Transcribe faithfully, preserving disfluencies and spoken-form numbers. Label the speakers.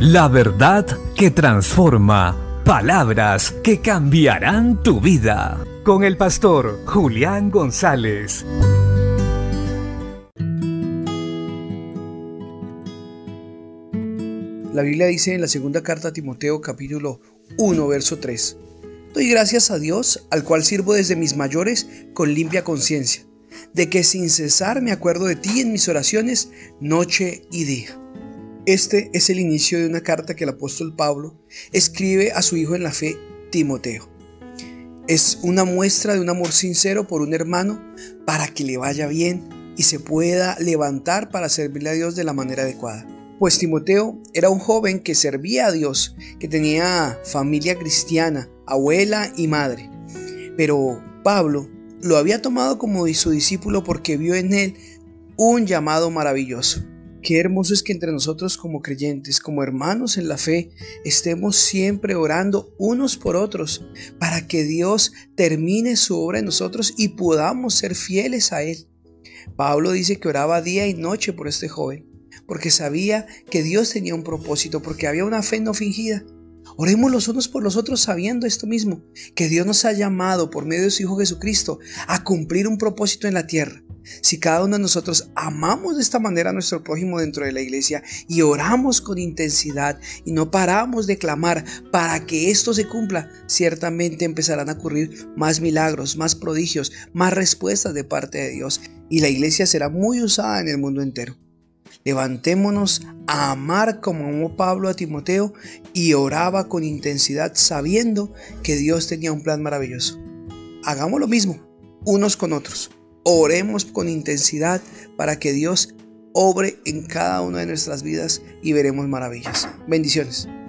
Speaker 1: La verdad que transforma. Palabras que cambiarán tu vida. Con el pastor Julián González.
Speaker 2: La Biblia dice en la segunda carta a Timoteo, capítulo uno, verso tres: Doy gracias a Dios, al cual sirvo desde mis mayores con limpia conciencia, de que sin cesar me acuerdo de ti en mis oraciones noche y día. Este es el inicio de una carta que el apóstol Pablo escribe a su hijo en la fe, Timoteo. Es una muestra de un amor sincero por un hermano para que le vaya bien y se pueda levantar para servirle a Dios de la manera adecuada. Pues Timoteo era un joven que servía a Dios, que tenía familia cristiana, abuela y madre. Pero Pablo lo había tomado como su discípulo porque vio en él un llamado maravilloso. Qué hermoso es que entre nosotros como creyentes, como hermanos en la fe, estemos siempre orando unos por otros para que Dios termine su obra en nosotros y podamos ser fieles a Él. Pablo dice que oraba día y noche por este joven, porque sabía que Dios tenía un propósito, porque había una fe no fingida. Oremos los unos por los otros sabiendo esto mismo, que Dios nos ha llamado por medio de su Hijo Jesucristo a cumplir un propósito en la tierra. Si cada uno de nosotros amamos de esta manera a nuestro prójimo dentro de la iglesia y oramos con intensidad y no paramos de clamar para que esto se cumpla, ciertamente empezarán a ocurrir más milagros, más prodigios, más respuestas de parte de Dios y la iglesia será muy usada en el mundo entero. Levantémonos a amar como amó Pablo a Timoteo y oraba con intensidad sabiendo que Dios tenía un plan maravilloso. Hagamos lo mismo unos con otros. Oremos con intensidad para que Dios obre en cada una de nuestras vidas y veremos maravillas. Bendiciones.